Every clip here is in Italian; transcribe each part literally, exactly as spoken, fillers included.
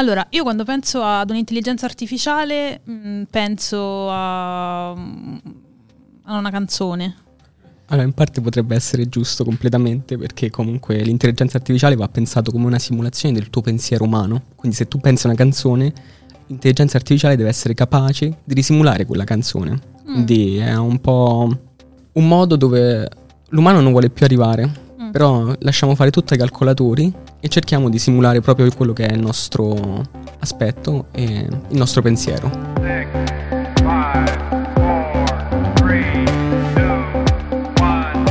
Allora, io quando penso ad un'intelligenza artificiale mh, penso a, a una canzone. Allora, in parte potrebbe essere giusto completamente, perché comunque l'intelligenza artificiale va pensato come una simulazione del tuo pensiero umano. Quindi se tu pensi a una canzone, l'intelligenza artificiale deve essere capace di risimulare quella canzone. Mm. Quindi è un po' un modo dove l'umano non vuole più arrivare, mm. però lasciamo fare tutto ai calcolatori e cerchiamo di simulare proprio quello che è il nostro aspetto e il nostro pensiero. six, five, four, three, two, one.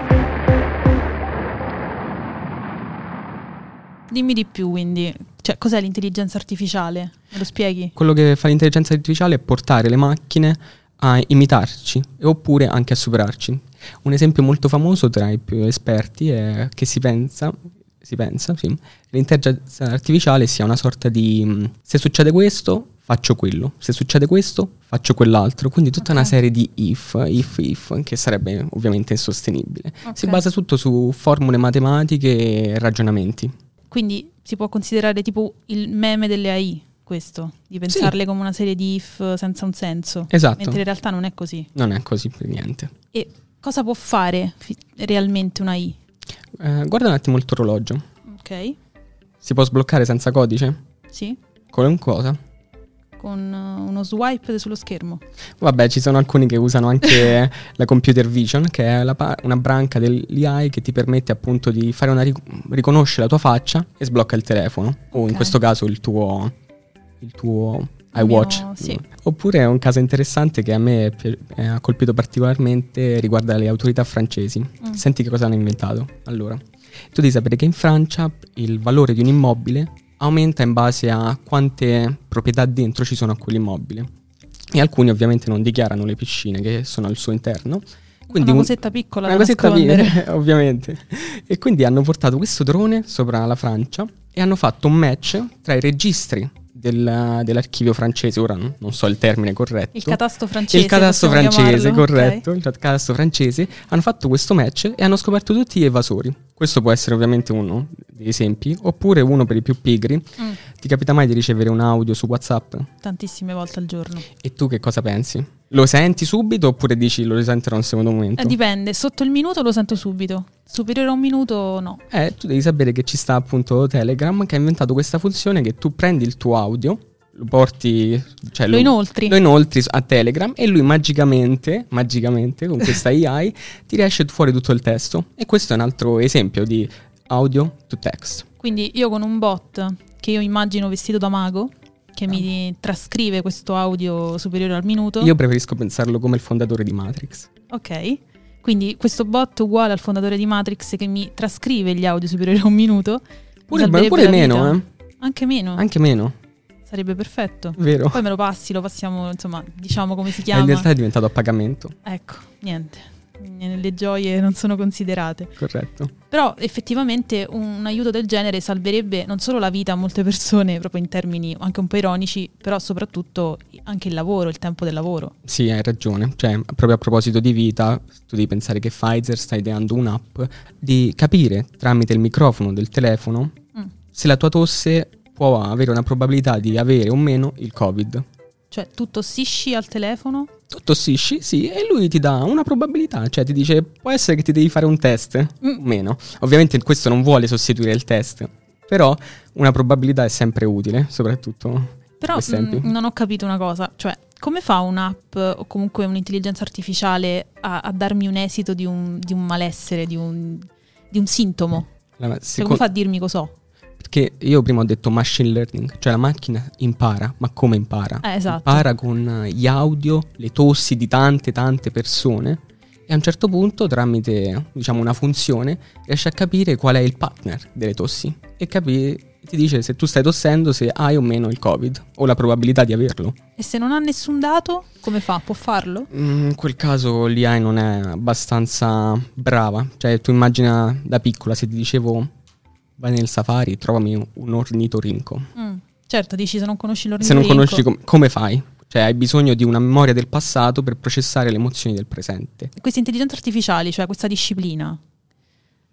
Dimmi di più, quindi. Cioè, cos'è l'intelligenza artificiale? Me lo spieghi? Quello che fa l'intelligenza artificiale è portare le macchine a imitarci oppure anche a superarci. Un esempio molto famoso tra i più esperti è che si pensa, si pensa sì, che l'intelligenza artificiale sia una sorta di se succede questo faccio quello, se succede questo faccio quell'altro, quindi tutta okay. una serie di if, if, if, che sarebbe ovviamente insostenibile. Okay. Si basa tutto su formule matematiche e ragionamenti. Quindi si può considerare tipo il meme delle A I, questo, di pensarle sì. come una serie di if senza un senso. Esatto. Mentre in realtà non è così. Non è così per niente. E cosa può fare fi- realmente una A I? Eh, guarda un attimo il tuo orologio. Ok. Si può sbloccare senza codice? Sì. Con cosa? Con uh, uno swipe sullo schermo. Vabbè, ci sono alcuni che usano anche la computer vision, che è la pa- una branca dell'A I che ti permette appunto di fare una ric- riconosce la tua faccia e sblocca il telefono, okay. o in questo caso il tuo il tuo iWatch. Mio, sì. Oppure è un caso interessante che a me pi- eh, ha colpito particolarmente, riguarda le autorità francesi. Mm. Senti che cosa hanno inventato. Allora, tu devi sapere che in Francia il valore di un immobile aumenta in base a quante proprietà dentro ci sono a quell'immobile, e alcuni ovviamente non dichiarano le piscine che sono al suo interno, quindi una cosetta piccola una da cosetta nascondere pi- ovviamente, e quindi hanno portato questo drone sopra la Francia e hanno fatto un match tra i registri del, dell'archivio francese, ora non, non so il termine corretto, il catasto francese, il catasto francese corretto, okay. il catasto francese, hanno fatto questo match e hanno scoperto tutti gli evasori. Questo può essere ovviamente uno degli esempi, oppure uno per i più pigri. Mm. Ti capita mai di ricevere un audio su WhatsApp? Tantissime volte al giorno. E tu che cosa pensi? Lo senti subito oppure dici lo risenterò un secondo momento? Eh, dipende, sotto il minuto lo sento subito, superiore a un minuto no. Eh, tu devi sapere che ci sta appunto Telegram, che ha inventato questa funzione che tu prendi il tuo audio, lo porti, cioè lo, lo inoltri lo inoltri a Telegram e lui magicamente, magicamente con questa A I ti riesce fuori tutto il testo. E questo è un altro esempio di audio to text. Quindi io con un bot che io immagino vestito da mago, che ah. mi trascrive questo audio superiore al minuto. Io preferisco pensarlo come il fondatore di Matrix. Ok, quindi questo bot uguale al fondatore di Matrix che mi trascrive gli audio superiori a un minuto. Pure, pure meno, eh? Anche meno? Anche meno. Sarebbe perfetto. Vero. Poi me lo passi, lo passiamo, insomma, diciamo come si chiama. In realtà è diventato a pagamento. Ecco, niente. Le gioie non sono considerate. Corretto. Però effettivamente un aiuto del genere salverebbe non solo la vita a molte persone, proprio in termini anche un po' ironici, però soprattutto anche il lavoro, il tempo del lavoro. Sì, hai ragione. Cioè, proprio a proposito di vita, tu devi pensare che Pfizer sta ideando un'app di capire tramite il microfono del telefono mm. se la tua tosse può avere una probabilità di avere o meno il Covid. Cioè, tu tossisci al telefono? Tu tossisci, sì, e lui ti dà una probabilità, cioè ti dice può essere che ti devi fare un test, mm. meno. Ovviamente questo non vuole sostituire il test, però una probabilità è sempre utile, soprattutto. Però mh, non ho capito una cosa, cioè come fa un'app o comunque un'intelligenza artificiale a, a darmi un esito di un, di un malessere, di un, di un sintomo? Allora, cioè, come fa a dirmi cos'ho? Perché io prima ho detto machine learning, cioè la macchina impara, ma come impara? Eh, esatto. Impara con gli audio, le tossi di tante tante persone e a un certo punto tramite, diciamo, una funzione riesce a capire qual è il partner delle tossi e capi- ti dice se tu stai tossendo, se hai o meno il Covid o la probabilità di averlo. E se non ha nessun dato, come fa? Può farlo? Mm, in quel caso l'A I non è abbastanza brava, cioè tu immagina da piccola se ti dicevo vai nel safari, trovami un ornitorinco. Mm, certo, dici se non conosci l'ornitorinco. Se non conosci com- come fai? Cioè hai bisogno di una memoria del passato per processare le emozioni del presente. Queste intelligenze artificiali, cioè questa disciplina,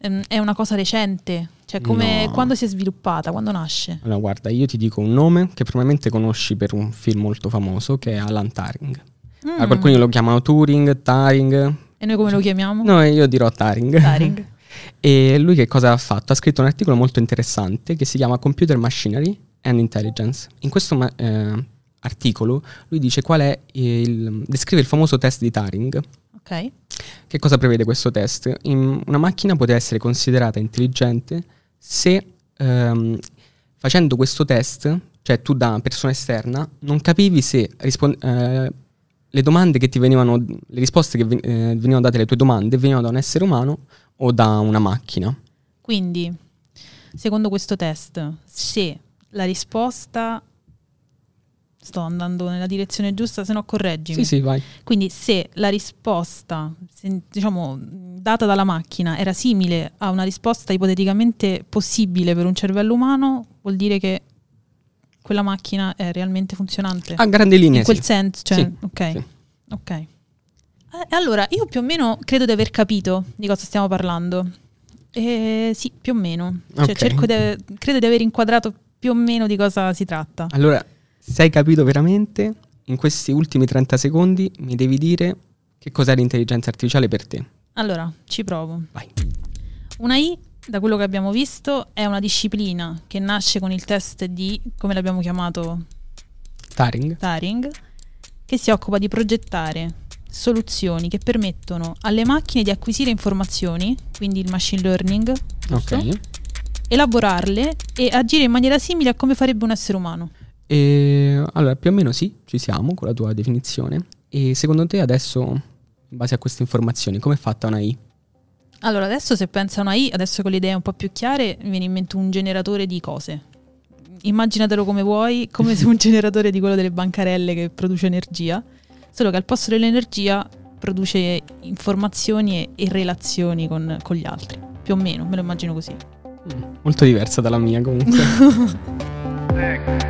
ehm, è una cosa recente? Cioè, come, No. quando si è sviluppata? Quando nasce? Allora, guarda, io ti dico un nome che probabilmente conosci per un film molto famoso, che è Alan Turing. Mm. Allora, qualcuno lo chiamano Turing, Turing. E noi come lo chiamiamo? No, io dirò Turing. Turing. E lui che cosa ha fatto? Ha scritto un articolo molto interessante che si chiama Computer Machinery and Intelligence. In questo ma- eh, articolo lui dice qual è il... descrive il famoso test di Turing. Ok. Che cosa prevede questo test? In una macchina poteva essere considerata intelligente se ehm, facendo questo test, cioè tu da persona esterna, non capivi se rispon- eh, le domande che ti venivano, le risposte che ven- eh, venivano date alle tue domande venivano da un essere umano o da una macchina. Quindi, secondo questo test, se la risposta... Sto andando nella direzione giusta, se no correggimi. Sì, sì, vai. Quindi se la risposta, se, diciamo, data dalla macchina era simile a una risposta ipoteticamente possibile per un cervello umano, vuol dire che quella macchina è realmente funzionante. A grandi linee, In quel sì. senso, cioè, Sì, ok. sì. Ok. Eh, allora, io più o meno credo di aver capito di cosa stiamo parlando. Eh, sì, più o meno. Cioè, Ok. cerco di, credo di aver inquadrato più o meno di cosa si tratta. Allora, se hai capito veramente, in questi ultimi trenta secondi mi devi dire che cos'è l'intelligenza artificiale per te. Allora, ci provo. Vai. Una I, da quello che abbiamo visto, è una disciplina che nasce con il test di, come l'abbiamo chiamato, Turing. Turing, che si occupa di progettare soluzioni che permettono alle macchine di acquisire informazioni, quindi il machine learning, giusto? Ok. Elaborarle e agire in maniera simile a come farebbe un essere umano. E, allora, più o meno sì, ci siamo con la tua definizione. E secondo te adesso, in base a queste informazioni, come è fatta una I? Allora, adesso se pensa a una I, adesso con le idee un po' più chiare, mi viene in mente un generatore di cose. Immaginatelo come vuoi, come se un generatore di quello delle bancarelle che produce energia, solo che al posto dell'energia produce informazioni e, e relazioni con, con gli altri. Più o meno, me lo immagino così. Mm, molto diversa dalla mia comunque.